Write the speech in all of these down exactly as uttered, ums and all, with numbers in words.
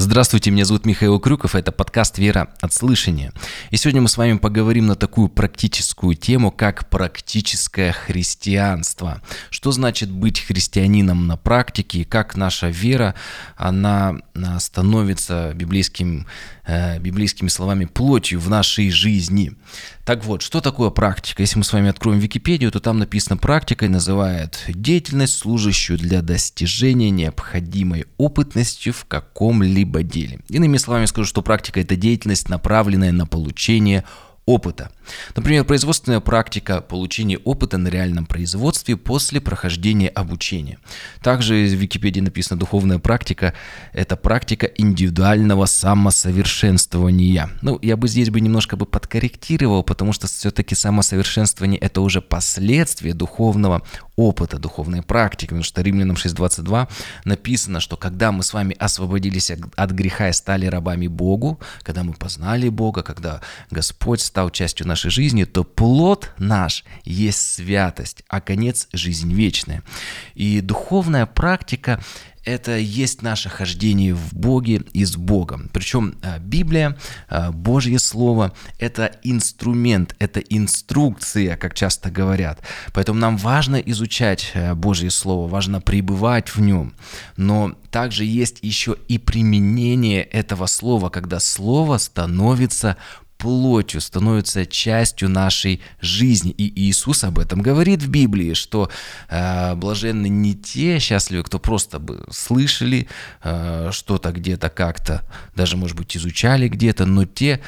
Здравствуйте, меня зовут Михаил Крюков, это подкаст «Вера от слышания». И сегодня мы с вами поговорим на такую практическую тему, как практическое христианство. Что значит быть христианином на практике, и как наша вера, она становится библейским, э, библейскими словами плотью в нашей жизни. Так вот, что такое практика? Если мы с вами откроем Википедию, то там написано: практикой называют деятельность, служащую для достижения необходимой опытностью в каком-либо деле. Иными словами скажу, что практика – это деятельность, направленная на получение опыта. Например, производственная практика – получение опыта на реальном производстве после прохождения обучения. Также в Википедии написано: духовная практика – это практика индивидуального самосовершенствования. Ну, я бы здесь бы немножко бы подкорректировал, потому что все-таки самосовершенствование – это уже последствие духовного опыта, духовной практики. Потому что Римлянам шесть двадцать два написано, что когда мы с вами освободились от греха и стали рабами Богу, когда мы познали Бога, когда Господь стал частью нашей жизни, то плод наш есть святость, а конец – жизнь вечная. И духовная практика – это есть наше хождение в Боге и с Богом. Причем Библия, Божье Слово – это инструмент, это инструкция, как часто говорят. Поэтому нам важно изучать Божье Слово, важно пребывать в нем. Но также есть еще и применение этого Слова, когда Слово становится плотью, становится частью нашей жизни. И Иисус об этом говорит в Библии, что э, блаженны не те счастливы, кто просто бы слышали э, что-то где-то как-то, даже, может быть, изучали где-то, но те,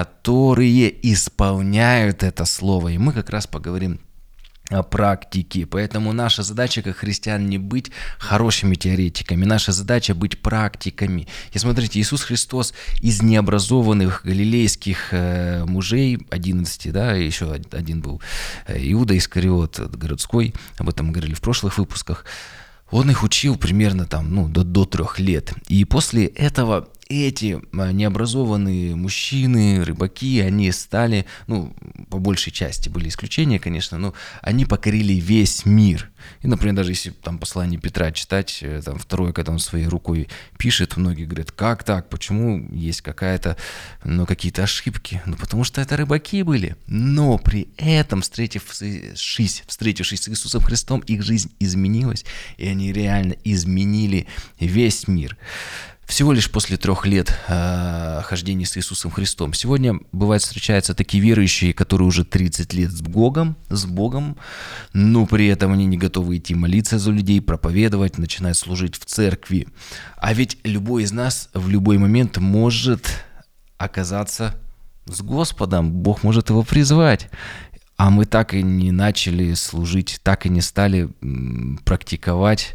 которые исполняют это слово. И мы как раз поговорим о практике. Поэтому наша задача как христиан не быть хорошими теоретиками, наша задача быть практиками. И смотрите, Иисус Христос из необразованных галилейских э, мужей, одиннадцати, да, еще один был Иуда Искариот городской, об этом мы говорили в прошлых выпусках, он их учил примерно там, ну, до, до трех лет. И после этого эти необразованные мужчины, рыбаки, они стали, ну, по большей части были исключения, конечно, но они покорили весь мир. И, например, даже если там послание Петра читать, там второе, когда он своей рукой пишет, многие говорят: как так, почему есть какая-то, ну, какие-то ошибки? Ну, потому что это рыбаки были. Но при этом, встретившись, встретившись с Иисусом Христом, их жизнь изменилась, и они реально изменили весь мир. Всего лишь после трех лет э, хождения с Иисусом Христом. Сегодня, бывает, встречаются такие верующие, которые уже тридцать лет с Богом, с Богом, но при этом они не готовы идти молиться за людей, проповедовать, начинать служить в церкви. А ведь любой из нас в любой момент может оказаться с Господом, Бог может его призвать. А мы так и не начали служить, так и не стали практиковать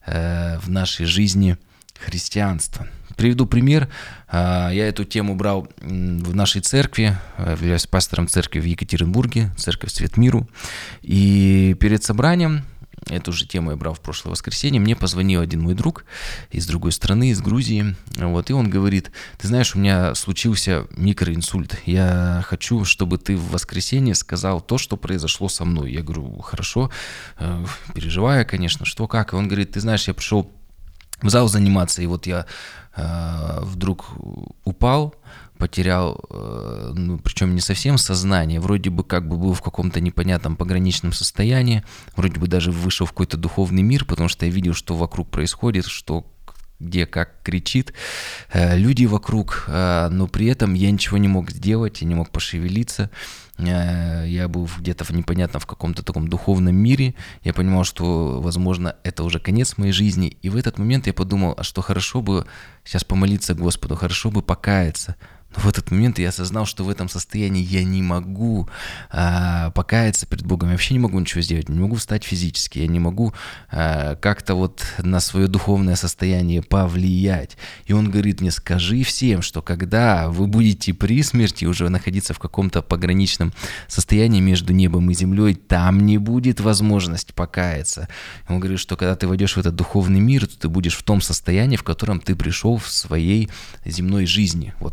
э, в нашей жизни христианство. Приведу пример. Я эту тему брал в нашей церкви, являюсь пастором церкви в Екатеринбурге, церковь «Свет миру». И перед собранием, эту же тему я брал в прошлое воскресенье, мне позвонил один мой друг из другой страны, из Грузии. Вот, и он говорит: ты знаешь, у меня случился микроинсульт. Я хочу, чтобы ты в воскресенье сказал то, что произошло со мной. Я говорю: хорошо, переживаю, конечно, что, как. И он говорит: ты знаешь, я пришел в зал заниматься, и вот я э, вдруг упал, потерял, э, ну, причем не совсем сознание, вроде бы как бы был в каком-то непонятном пограничном состоянии, вроде бы даже вышел в какой-то духовный мир, потому что я видел, что вокруг происходит, что где как кричит э, люди вокруг, э, но при этом я ничего не мог сделать, я не мог пошевелиться. Я был где-то в непонятном в каком-то таком духовном мире. Я понимал, что, возможно, это уже конец моей жизни. И в этот момент я подумал: а что хорошо бы сейчас помолиться Господу, хорошо бы покаяться. Но в этот момент я осознал, что в этом состоянии я не могу а, покаяться перед Богом. Я вообще не могу ничего сделать, не могу встать физически, я не могу а, как-то вот на свое духовное состояние повлиять. И он говорит мне: скажи всем, что когда вы будете при смерти уже находиться в каком-то пограничном состоянии между небом и землей, там не будет возможности покаяться. Он говорит, что когда ты войдешь в этот духовный мир, то ты будешь в том состоянии, в котором ты пришел в своей земной жизни. Вот как-то вот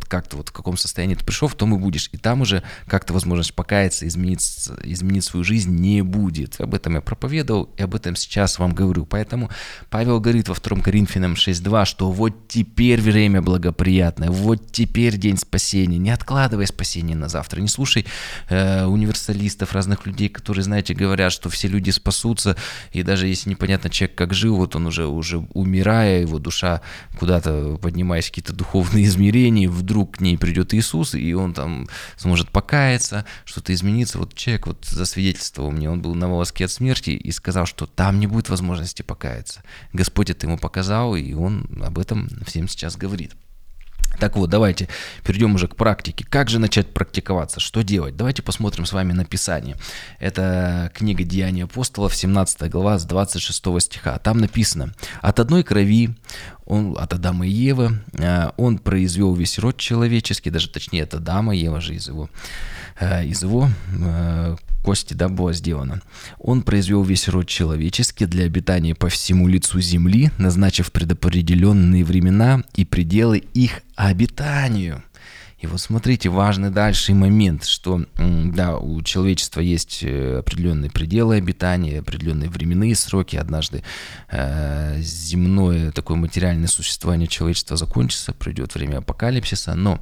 вот в каком состоянии ты пришел, в том и будешь. И там уже как-то возможность покаяться, изменить, изменить свою жизнь не будет. Об этом я проповедовал, и об этом сейчас вам говорю. Поэтому Павел говорит во втором Коринфянам шесть два, что вот теперь время благоприятное, вот теперь день спасения. Не откладывай спасение на завтра. Не слушай э, универсалистов, разных людей, которые, знаете, говорят, что все люди спасутся, и даже если непонятно человек как жил, вот он уже, уже умирая, его душа куда-то поднимаясь в какие-то духовные измерения, вдруг к ней придет Иисус, и он там сможет покаяться, что-то измениться. Вот человек вот засвидетельствовал мне, он был на волоске от смерти и сказал, что там не будет возможности покаяться. Господь это ему показал, и он об этом всем сейчас говорит. Так вот, давайте перейдем уже к практике. Как же начать практиковаться? Что делать? Давайте посмотрим с вами на Писание. Это книга Деяний апостолов, семнадцатая глава, с двадцать шестого стиха. Там написано: «От одной крови, он, от Адама и Евы, он произвел весь род человеческий», даже точнее, от Адама, Ева же из его, из его кости, да, было сделано. «Он произвел весь род человеческий для обитания по всему лицу земли, назначив предопределенные времена и пределы их обитанию». И вот смотрите, важный дальше момент, что да, у человечества есть определенные пределы обитания, определенные временные сроки. Однажды э, земное такое материальное существование человечества закончится, придет время апокалипсиса. Но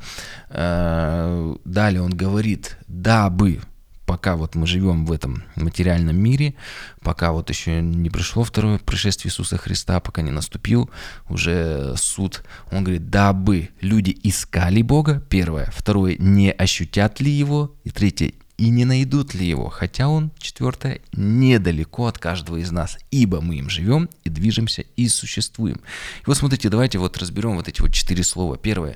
э, далее он говорит, дабы... Пока вот мы живем в этом материальном мире, пока вот еще не пришло второе пришествие Иисуса Христа, пока не наступил уже суд, он говорит, дабы люди искали Бога, первое, второе, не ощутят ли Его, и третье, и не найдут ли Его, хотя Он, четвертое, недалеко от каждого из нас, ибо мы им живем и движемся и существуем. И вот смотрите, давайте вот разберем вот эти вот четыре слова. Первое.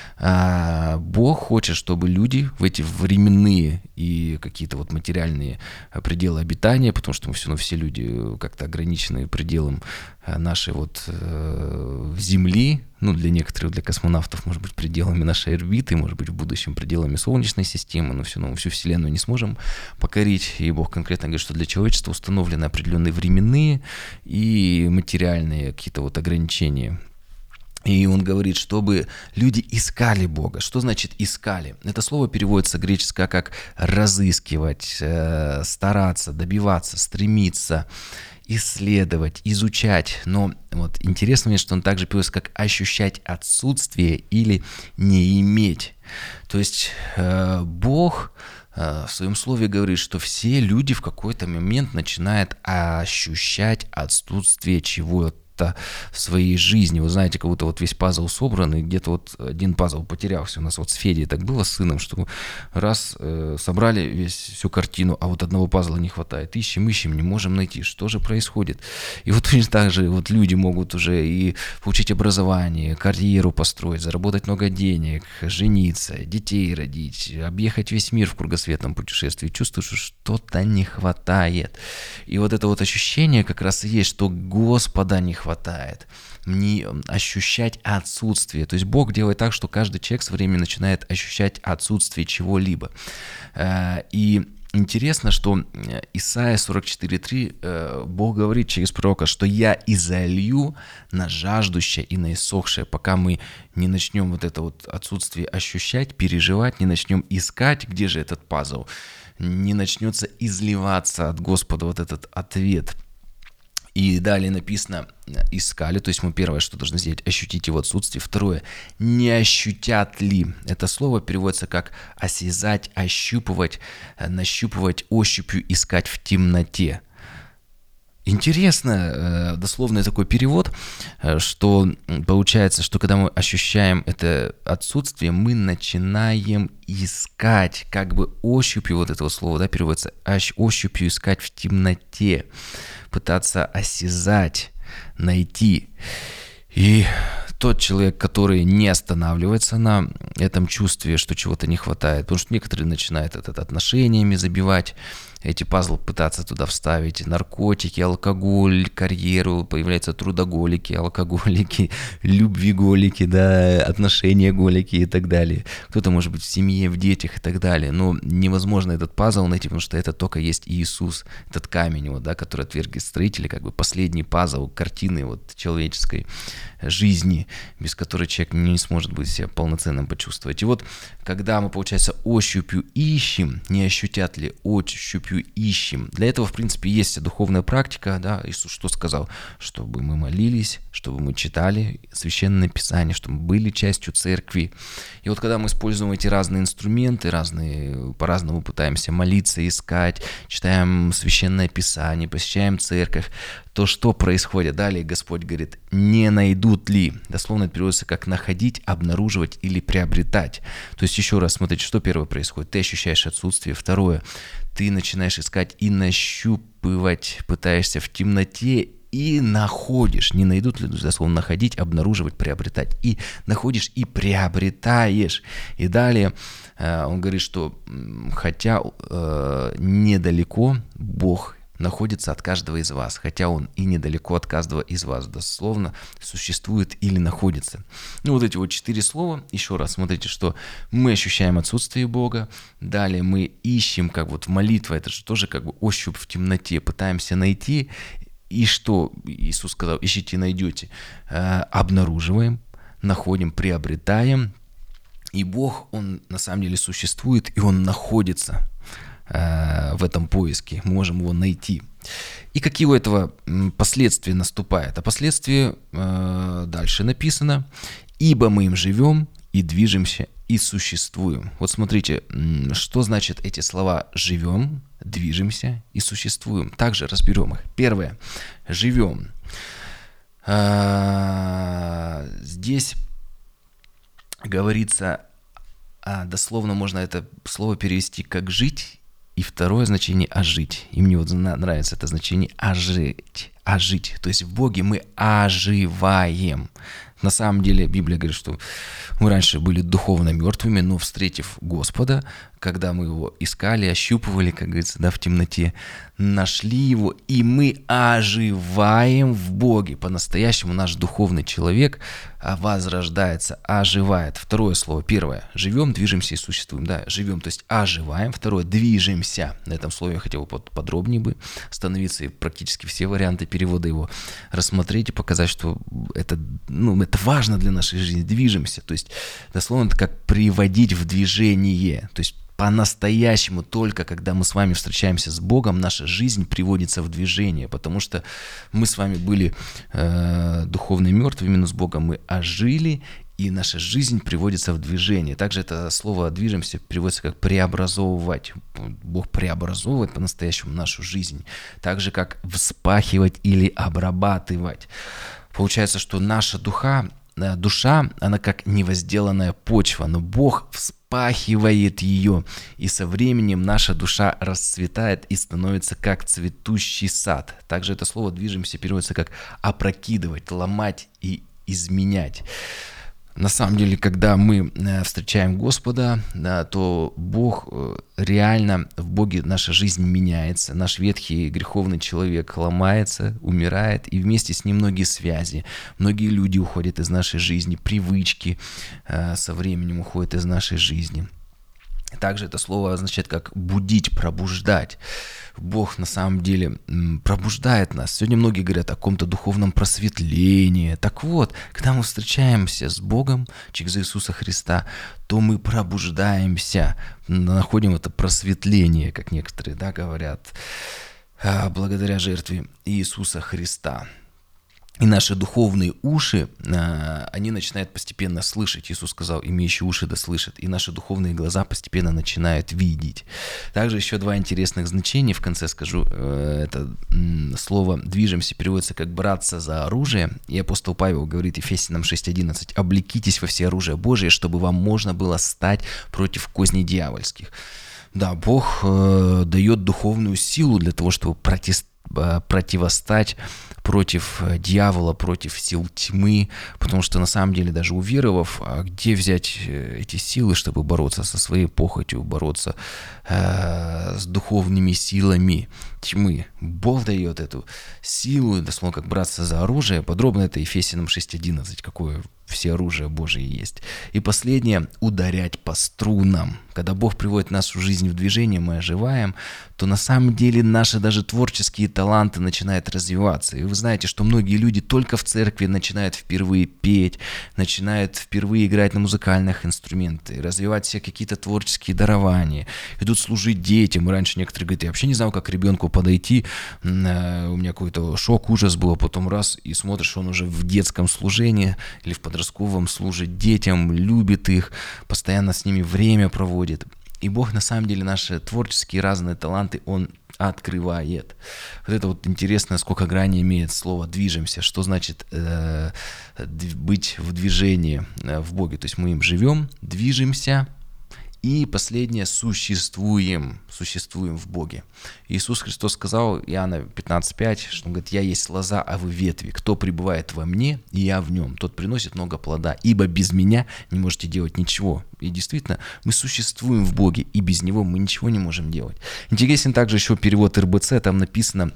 Бог хочет, чтобы люди в эти временные и какие-то вот материальные пределы обитания, потому что мы все равно все люди как-то ограничены пределом нашей вот э, Земли, ну для некоторых, для космонавтов, может быть, пределами нашей орбиты, может быть, в будущем пределами Солнечной системы, но все равно всю Вселенную не сможем покорить. И Бог конкретно говорит, что для человечества установлены определенные временные и материальные какие-то вот ограничения. И он говорит, чтобы люди искали Бога. Что значит искали? Это слово переводится греческое как разыскивать, э, стараться, добиваться, стремиться, исследовать, изучать. Но вот интересно мне, что он также переводится как ощущать отсутствие или не иметь. То есть э, Бог э, в своем слове говорит, что все люди в какой-то момент начинают ощущать отсутствие чего-то в своей жизни. Вы знаете, как будто вот весь пазл собран, и где-то вот один пазл потерялся. У нас вот с Федей так было с сыном, что раз э, собрали весь, всю картину, а вот одного пазла не хватает. Ищем, ищем, не можем найти. Что же происходит? И вот точно так же вот люди могут уже и получить образование, карьеру построить, заработать много денег, жениться, детей родить, объехать весь мир в кругосветном путешествии. Чувствуешь, что что-то не хватает. И вот это вот ощущение как раз и есть, что Господа не хватает. хватает, не ощущать отсутствие. То есть Бог делает так, что каждый человек со временем начинает ощущать отсутствие чего-либо. И интересно, что Исайя сорок четыре три Бог говорит через пророка, что «я изолью на жаждущее и на иссохшее», пока мы не начнем вот это вот отсутствие ощущать, переживать, не начнем искать, где же этот пазл, не начнется изливаться от Господа вот этот ответ. И далее написано «искали», то есть мы первое, что должны сделать, ощутить его отсутствие. Второе, не ощутят ли. Это слово переводится как осязать, ощупывать, нащупывать, ощупью искать в темноте. Интересно, дословный такой перевод, что получается, что когда мы ощущаем это отсутствие, мы начинаем искать, как бы ощупью, вот этого слова, да, переводится, ощупью искать в темноте, пытаться осязать, найти. И тот человек, который не останавливается на этом чувстве, что чего-то не хватает, потому что некоторые начинают это отношениями забивать, эти пазлы пытаться туда вставить. Наркотики, алкоголь, карьеру, появляются трудоголики, алкоголики, любвиголики, да, отношения голики и так далее. Кто-то может быть в семье, в детях и так далее. Но невозможно этот пазл найти, потому что это только есть Иисус, этот камень, вот, да, который отвергли строители, как бы последний пазл картины вот, человеческой жизни, без которой человек не сможет быть себя полноценным почувствовать. И вот, когда мы, получается, ощупью ищем, не ощутят ли, ощупью ищем, для этого, в принципе, есть духовная практика, да, Иисус что сказал? Чтобы мы молились, чтобы мы читали Священное Писание, чтобы мы были частью церкви. И вот, когда мы используем эти разные инструменты, разные, по-разному пытаемся молиться, искать, читаем Священное Писание, посещаем церковь, то что происходит? Далее Господь говорит, не найдут ли? Дословно это переводится как находить, обнаруживать или приобретать. То есть еще раз, смотрите, что первое происходит? Ты ощущаешь отсутствие. Второе, ты начинаешь искать и нащупывать, пытаешься в темноте и находишь. Не найдут ли? Дословно находить, обнаруживать, приобретать. И находишь и приобретаешь. И далее э, он говорит, что хотя э, недалеко Бог находится от каждого из вас, хотя он и недалеко от каждого из вас, дословно существует или находится. Ну вот эти вот четыре слова, еще раз, смотрите, что мы ощущаем отсутствие Бога, далее мы ищем, как вот молитва, это же тоже как бы ощупь в темноте, пытаемся найти, и что Иисус сказал, ищите, найдете, обнаруживаем, находим, приобретаем, и Бог, Он на самом деле существует, и Он находится в этом поиске, мы можем его найти. И какие у этого последствия наступают? А последствия э, дальше написано, ибо мы им живем и движемся и существуем. Вот смотрите, что значит эти слова «живем», «движемся» и «существуем». Также разберем их. Первое. «Живем». Э, здесь говорится, дословно можно это слово перевести как «жить», и второе значение «ожить». И мне вот нравится это значение «ожить». Ожить. То есть в Боге мы оживаем. На самом деле Библия говорит, что мы раньше были духовно мертвыми, но встретив Господа, когда мы его искали, ощупывали, как говорится, да, в темноте, нашли его, и мы оживаем в Боге. По-настоящему наш духовный человек возрождается, оживает. Второе слово. Первое. Живем, движемся и существуем. Да, живем, то есть оживаем. Второе. Движемся. На этом слове я хотел бы подробнее бы остановиться и практически все варианты перевода его рассмотреть и показать, что это, ну, это важно для нашей жизни. Движемся. То есть, дословно, это как приводить в движение. То есть, по-настоящему, только когда мы с вами встречаемся с Богом, наша жизнь приводится в движение, потому что мы с вами были э, духовно мертвыми, но с Богом мы ожили, и наша жизнь приводится в движение. Также это слово «движемся» переводится как «преобразовывать». Бог преобразовывает по-настоящему нашу жизнь. Так же, как «вспахивать» или «обрабатывать». Получается, что наша духа, душа, она как невозделанная почва, но Бог вспахивает ее, и со временем наша душа расцветает и становится как цветущий сад. Также это слово «движемся» переводится как «опрокидывать», «ломать» и «изменять». На самом деле, когда мы встречаем Господа, да, то Бог реально, в Боге наша жизнь меняется, наш ветхий греховный человек ломается, умирает, и вместе с ним многие связи, многие люди уходят из нашей жизни, привычки со временем уходят из нашей жизни. Также это слово означает как «будить», «пробуждать». Бог на самом деле пробуждает нас. Сегодня многие говорят о каком-то духовном просветлении. Так вот, когда мы встречаемся с Богом через Иисуса Христа, то мы пробуждаемся, находим это просветление, как некоторые, да, говорят, благодаря жертве Иисуса Христа. И наши духовные уши, они начинают постепенно слышать. Иисус сказал, имеющие уши да слышат. И наши духовные глаза постепенно начинают видеть. Также еще два интересных значения. В конце скажу, это слово «движемся» переводится как «браться за оружие». И апостол Павел говорит Ефесянам шесть одиннадцать: «Облекитесь во все оружие Божие, чтобы вам можно было стать против козней дьявольских». Да, Бог дает духовную силу для того, чтобы протестовать, противостать против дьявола, против сил тьмы, потому что на самом деле даже уверовав, а где взять эти силы, чтобы бороться со своей похотью, бороться э, с духовными силами тьмы? Бог дает эту силу, дословно как браться за оружие. Подробно это Ефесянам шесть одиннадцать, какое все оружие Божие есть. И последнее – ударять по струнам. Когда Бог приводит нашу жизнь в движение, мы оживаем, то на самом деле наши даже творческие таланты начинают развиваться. И вы знаете, что многие люди только в церкви начинают впервые петь, начинают впервые играть на музыкальных инструментах, развивать все какие-то творческие дарования, идут служить детям. И раньше некоторые говорят: я вообще не знал, как к ребенку подойти, у меня какой-то шок, ужас был, а потом раз, и смотришь, он уже в детском служении или в подростковом служит детям, любит их, постоянно с ними время проводит. И Бог на самом деле наши творческие разные таланты, Он открывает. Вот это вот интересно, сколько граней имеет слово «движемся». Что значит э, быть в движении э, в Боге? То есть мы им живем, движемся. И последнее, существуем, существуем в Боге. Иисус Христос сказал, Иоанна пятнадцать пять, что Он говорит: «Я есть лоза, а вы ветви. Кто пребывает во мне, и я в нем, тот приносит много плода, ибо без меня не можете делать ничего». И действительно, мы существуем в Боге, и без Него мы ничего не можем делать. Интересен также еще перевод эр бэ цэ, там написано,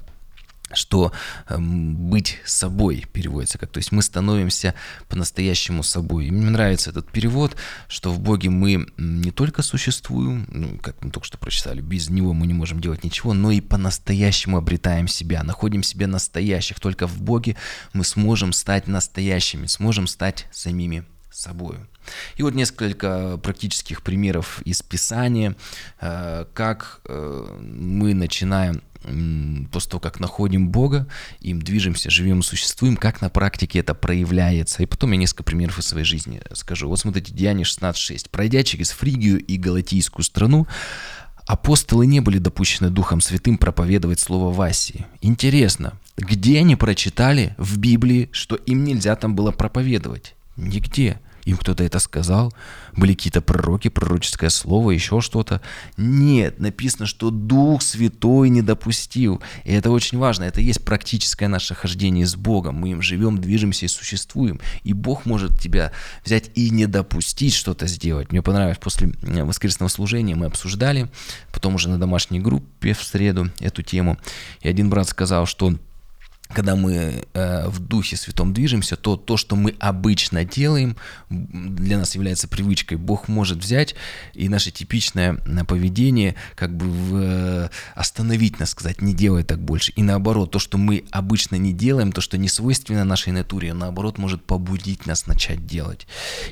что э, быть собой переводится как, то есть мы становимся по-настоящему собой. И мне нравится этот перевод, что в Боге мы не только существуем, ну, как мы только что прочитали, без Него мы не можем делать ничего, но и по-настоящему обретаем себя, находим себя настоящих. Только в Боге мы сможем стать настоящими, сможем стать самими собою. И вот несколько практических примеров из Писания, э, как э, мы начинаем после того, как находим Бога, им движемся, живем и существуем, как на практике это проявляется. И потом я несколько примеров из своей жизни скажу. Вот смотрите, Деяния шестнадцать шесть. «Пройдя через Фригию и Галатийскую страну, апостолы не были допущены Духом Святым проповедовать слово в Асии». Интересно, где они прочитали в Библии, что им нельзя там было проповедовать? Нигде. Им кто-то это сказал? Были какие-то пророки, пророческое слово, еще что-то? Нет, написано, что Дух Святой не допустил. И это очень важно. Это и есть практическое наше хождение с Богом. Мы им живем, движемся и существуем. И Бог может тебя взять и не допустить что-то сделать. Мне понравилось, после воскресного служения мы обсуждали, потом уже на домашней группе в среду эту тему. И один брат сказал, что когда мы э, в Духе Святом движемся, то то, что мы обычно делаем, для нас является привычкой. Бог может взять и наше типичное поведение как бы в, э, остановить нас, сказать: не делай так больше. И наоборот, то, что мы обычно не делаем, то, что не свойственно нашей натуре, наоборот, может побудить нас начать делать.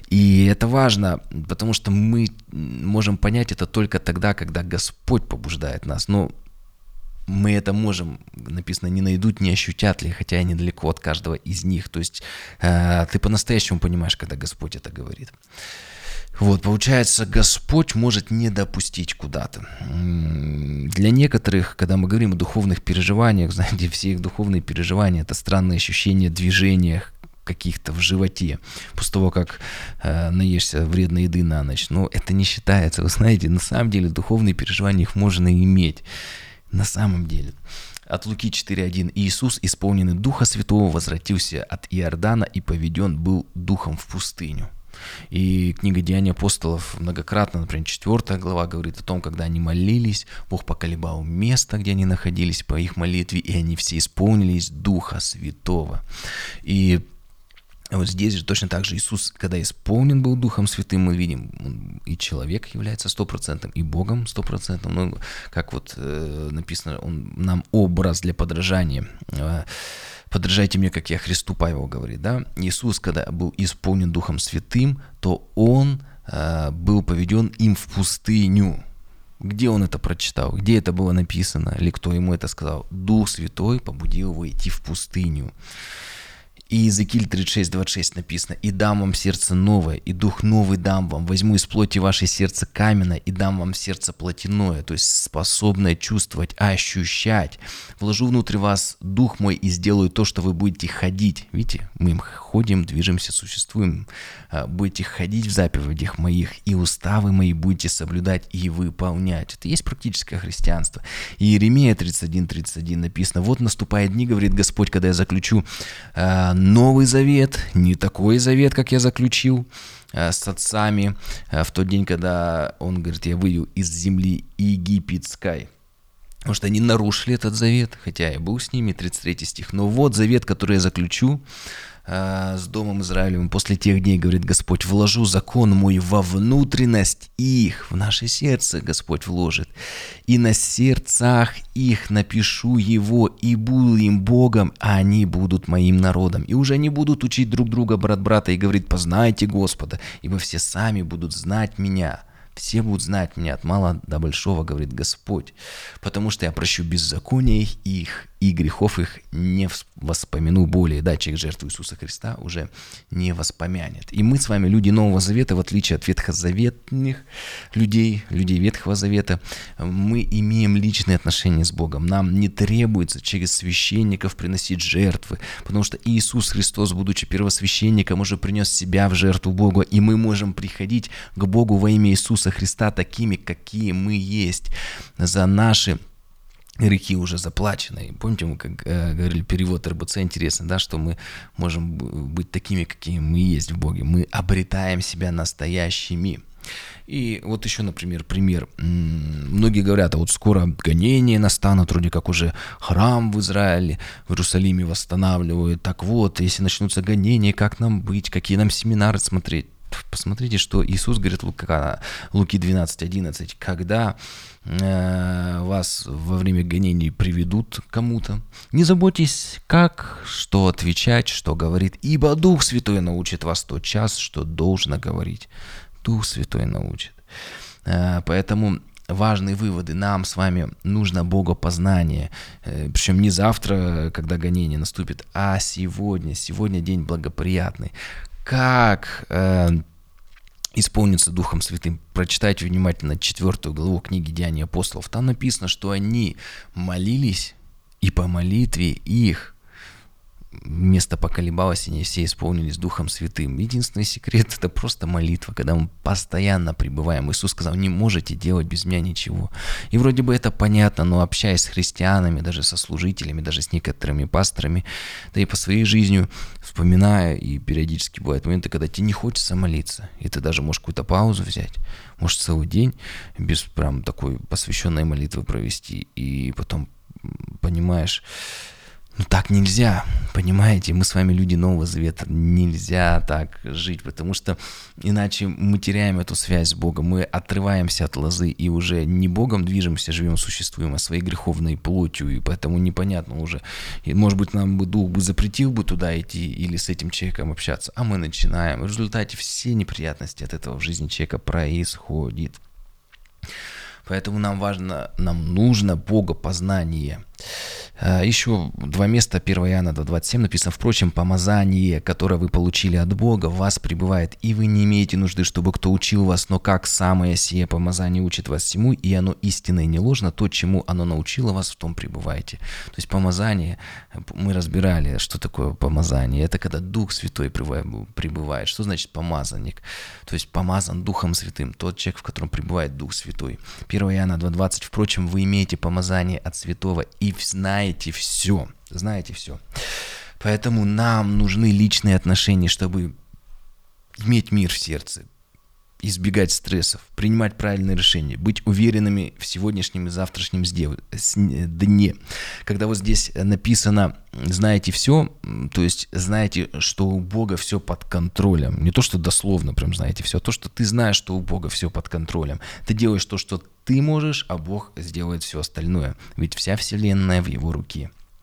И это важно, потому что мы можем понять это только тогда, когда Господь побуждает нас. Но мы это можем, написано, не найдут, не ощутят ли, хотя и недалеко от каждого из них. То есть э, ты по-настоящему понимаешь, когда Господь это говорит. Вот, получается, Господь может не допустить куда-то. Для некоторых, когда мы говорим о духовных переживаниях, знаете, все их духовные переживания – это странные ощущения движения каких-то в животе, после того, как э, наешься вредной еды на ночь. Но это не считается. Вы знаете, на самом деле духовные переживания их можно иметь. На самом деле. От Луки четыре один. «Иисус, исполненный Духа Святого, возвратился от Иордана и поведен был Духом в пустыню». И книга «Деяния апостолов» многократно, например, четвёртая глава говорит о том, когда они молились, Бог поколебал место, где они находились по их молитве, и они все исполнились Духа Святого. И вот здесь же точно так же Иисус, когда исполнен был Духом Святым, мы видим, он и человек является стопроцентным, и Богом стопроцентным. Ну, как вот э, написано, он нам образ для подражания. Э, «Подражайте мне, как я Христу», Павел говорит, да? Иисус, когда был исполнен Духом Святым, то он э, был поведен им в пустыню. Где он это прочитал? Где это было написано? Или кто ему это сказал? Дух Святой побудил его идти в пустыню. И Иезекииль тридцать шесть, двадцать шесть написано: «И дам вам сердце новое, и дух новый дам вам, возьму из плоти ваше сердце каменное, и дам вам сердце плотяное», то есть способное чувствовать, ощущать. «Вложу внутрь вас дух мой и сделаю то, что вы будете ходить». Видите, мы ходим, движемся, существуем. «Будете ходить в заповедях моих, и уставы мои будете соблюдать и выполнять». Это и есть практическое христианство. И Иеремия тридцать один, тридцать один написано: «Вот наступают дни, говорит Господь, когда я заключу новый завет, не такой завет, как я заключил с отцами в тот день, когда он говорит, я выйду из земли египетской». Потому что они нарушили этот завет, хотя я был с ними, тридцать третий стих. «Но вот завет, который я заключу с Домом Израилевым после тех дней, говорит Господь, вложу закон мой во внутренность их», в наше сердце Господь вложит, «и на сердцах их напишу его, и буду им Богом, а они будут моим народом. И уже не будут учить друг друга брат брата и говорит, познайте Господа, ибо все сами будут знать меня». Все будут знать меня от мала до большого, говорит Господь, потому что я прощу беззакония их, и грехов их не воспомяну более. Да, через жертву Иисуса Христа уже не воспомянет. И мы с вами, люди Нового Завета, в отличие от ветхозаветных людей, людей Ветхого Завета, мы имеем личные отношения с Богом. Нам не требуется через священников приносить жертвы, потому что Иисус Христос, будучи первосвященником, уже принес себя в жертву Богу, и мы можем приходить к Богу во имя Иисуса Христа такими, какие мы есть, за наши грехи уже заплачены. Помните, мы как э, говорили, перевод эр бэ цэ интересно, да, что мы можем быть такими, какие мы есть в Боге. Мы обретаем себя настоящими. И вот еще, например, пример. Многие говорят, а вот скоро гонения настанут, вроде как уже храм в Израиле, в Иерусалиме восстанавливают. Так вот, если начнутся гонения, как нам быть, какие нам семинары смотреть? Посмотрите, что Иисус говорит в Луки двенадцать одиннадцать. Когда э, вас во время гонений приведут к кому-то, не заботьтесь, как, что отвечать, что говорит, ибо Дух Святой научит вас тот час, что должно говорить. Дух Святой научит. Э, поэтому важные выводы. Нам с вами нужно богопознание. Э, причем не завтра, когда гонение наступит, а сегодня. Сегодня день благоприятный. Как э, исполниться Духом Святым? Прочитайте внимательно четвертую главу книги «Деяния апостолов». Там написано, что они молились, и по молитве их место поколебалось, и не все исполнились Духом Святым. Единственный секрет – это просто молитва, когда мы постоянно пребываем. Иисус сказал, не можете делать без меня ничего. И вроде бы это понятно, но общаясь с христианами, даже со служителями, даже с некоторыми пасторами, да и по своей жизни, вспоминая, и периодически бывают моменты, когда тебе не хочется молиться, и ты даже можешь какую-то паузу взять, можешь целый день без прям такой посвященной молитвы провести, и потом понимаешь, ну так нельзя, понимаете, мы с вами люди Нового Завета, нельзя так жить, потому что иначе мы теряем эту связь с Богом, мы отрываемся от лозы и уже не Богом движемся, живем, существуем, а своей греховной плотью, и поэтому непонятно уже, и, может быть, нам бы Дух бы запретил бы туда идти или с этим человеком общаться, а мы начинаем, и в результате все неприятности от этого в жизни человека происходит. Поэтому нам важно, нам нужно богопознание. Еще два места, первое Иоанна два двадцать семь написано, «Впрочем, помазание, которое вы получили от Бога, в вас пребывает, и вы не имеете нужды, чтобы кто учил вас, но как самое сие помазание учит вас всему, и оно истинно и не ложно, то, чему оно научило вас, в том пребывайте». То есть помазание, мы разбирали, что такое помазание. Это когда Дух Святой пребывает. Что значит помазанник? То есть помазан Духом Святым, тот человек, в котором пребывает Дух Святой. первое Иоанна два двадцать, «Впрочем, вы имеете помазание от Святого, и знаете все, знаете все». Поэтому нам нужны личные отношения, чтобы иметь мир в сердце, избегать стрессов, принимать правильные решения, быть уверенными в сегодняшнем и завтрашнем дне. Когда вот здесь написано «знаете все», то есть знаете, что у Бога все под контролем. Не то, что дословно прям знаете все, а то, что ты знаешь, что у Бога все под контролем. Ты делаешь то, что ты можешь, а Бог сделает все остальное. Ведь вся вселенная в Его руке.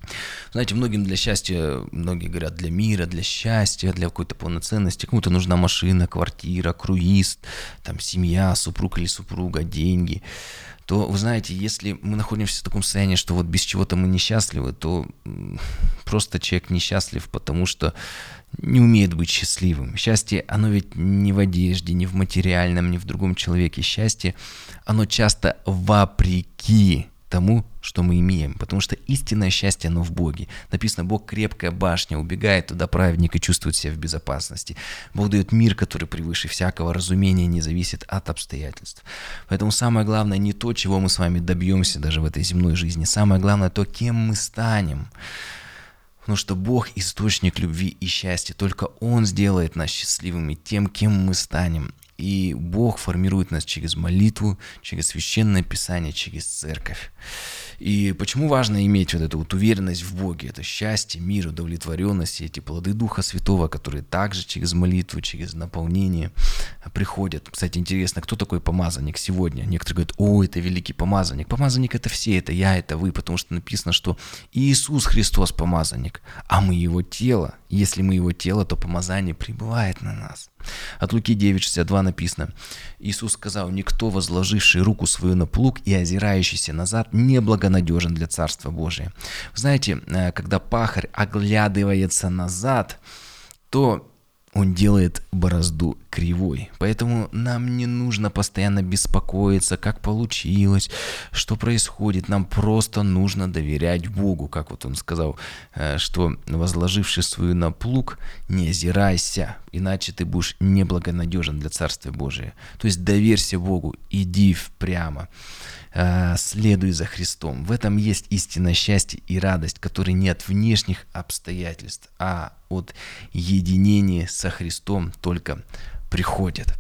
Знаете, многим для счастья, многие говорят, для мира, для счастья, для какой-то полноценности. Кому-то нужна машина, квартира, круиз, там, семья, супруг или супруга, деньги. То, вы знаете, если мы находимся в таком состоянии, что вот без чего-то мы несчастливы, то просто человек несчастлив, потому что не умеет быть счастливым. Счастье, оно ведь не в одежде, не в материальном, не в другом человеке. Счастье, оно часто вопреки тому, что мы имеем, потому что истинное счастье, оно в Боге. Написано, Бог крепкая башня, убегает туда праведник и чувствует себя в безопасности. Бог дает мир, который превыше всякого разумения, не зависит от обстоятельств. Поэтому самое главное не то, чего мы с вами добьемся даже в этой земной жизни, самое главное то, кем мы станем. Потому что Бог – источник любви и счастья. Только Он сделает нас счастливыми тем, кем мы станем. И Бог формирует нас через молитву, через священное писание, через церковь. И почему важно иметь вот эту вот уверенность в Боге? Это счастье, мир, удовлетворенность, эти плоды Духа Святого, которые также через молитву, через наполнение приходят. Кстати, интересно, кто такой помазанник сегодня? Некоторые говорят, о, это великий помазанник. Помазанник – это все, это я, это вы, потому что написано, что Иисус Христос помазанник, а мы Его тело. Если мы Его тело, то помазание пребывает на нас. От Луки девять шестьдесят два написано, Иисус сказал, никто, возложивший руку свою на плуг и озирающийся назад, не благонадежен для Царства Божия. Вы знаете, когда пахарь оглядывается назад, то он делает борозду кривой. Поэтому нам не нужно постоянно беспокоиться, как получилось, что происходит. Нам просто нужно доверять Богу. Как вот он сказал, что возложивший свою на плуг, не озирайся, иначе ты будешь неблагонадежен для Царствия Божия. То есть доверься Богу, иди прямо, следуй за Христом. В этом есть истинное счастье и радость, которые не от внешних обстоятельств, а от единения со Христом только приходят.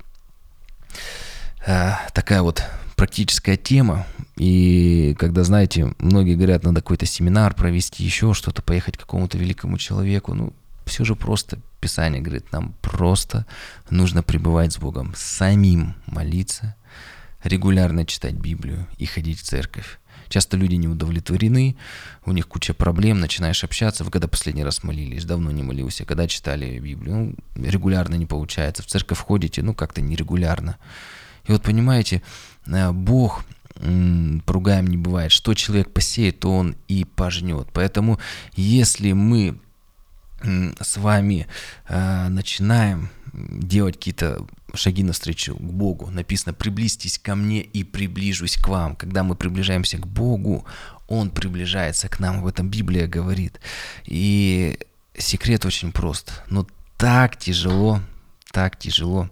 Такая вот практическая тема. И когда, знаете, многие говорят, надо какой-то семинар провести, еще что-то, поехать к какому-то великому человеку, ну, все же просто Писание говорит, нам просто нужно пребывать с Богом, самим молиться, регулярно читать Библию и ходить в церковь. Часто люди не удовлетворены, у них куча проблем, начинаешь общаться, вы когда последний раз молились, давно не молился, когда читали Библию, ну, регулярно не получается, в церковь ходите, ну, как-то нерегулярно. И вот понимаете, Бог, поругаем не бывает, что человек посеет, то он и пожнет. Поэтому если мы с вами начинаем делать какие-то шаги навстречу к Богу. Написано, приблизьтесь ко мне и приближусь к вам. Когда мы приближаемся к Богу, Он приближается к нам. Об этом Библия говорит. И секрет очень прост. Но так тяжело, так тяжело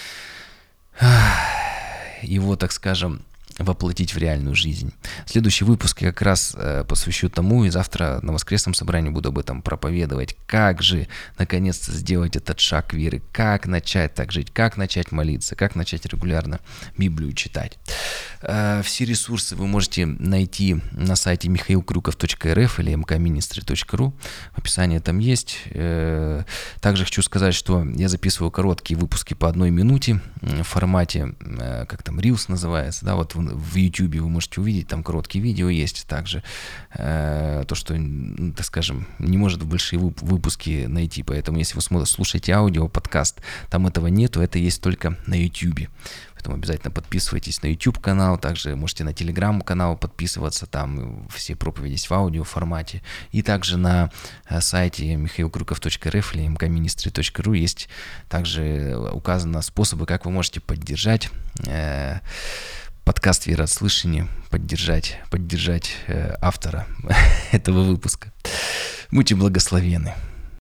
его, так скажем, воплотить в реальную жизнь. Следующий выпуск я как раз э, посвящу тому, и завтра на воскресном собрании буду об этом проповедовать, как же наконец-то сделать этот шаг веры, как начать так жить, как начать молиться, как начать регулярно Библию читать. Э, все ресурсы вы можете найти на сайте михаил крюков точка эр эф или эм ка министри точка ру. Описание там есть. Э, также хочу сказать, что я записываю короткие выпуски по одной минуте в формате, э, как там, Reels называется, да, вот в В YouTube вы можете увидеть, там короткие видео есть также. Э, то, что, ну, так скажем, не может в большие вып- выпуски найти. Поэтому, если вы смотрите, слушаете аудио, подкаст, там этого нету, это есть только на YouTube. Поэтому обязательно подписывайтесь на YouTube-канал, также можете на Telegram-канал подписываться, там все проповеди есть в аудио формате. И также на сайте михаил крюков точка эр эф или эм ка министри точка ру есть также указаны способы, как вы можете поддержать э, подкаст «Вера от слышания», поддержать, поддержать э, автора этого выпуска. Будьте благословенны.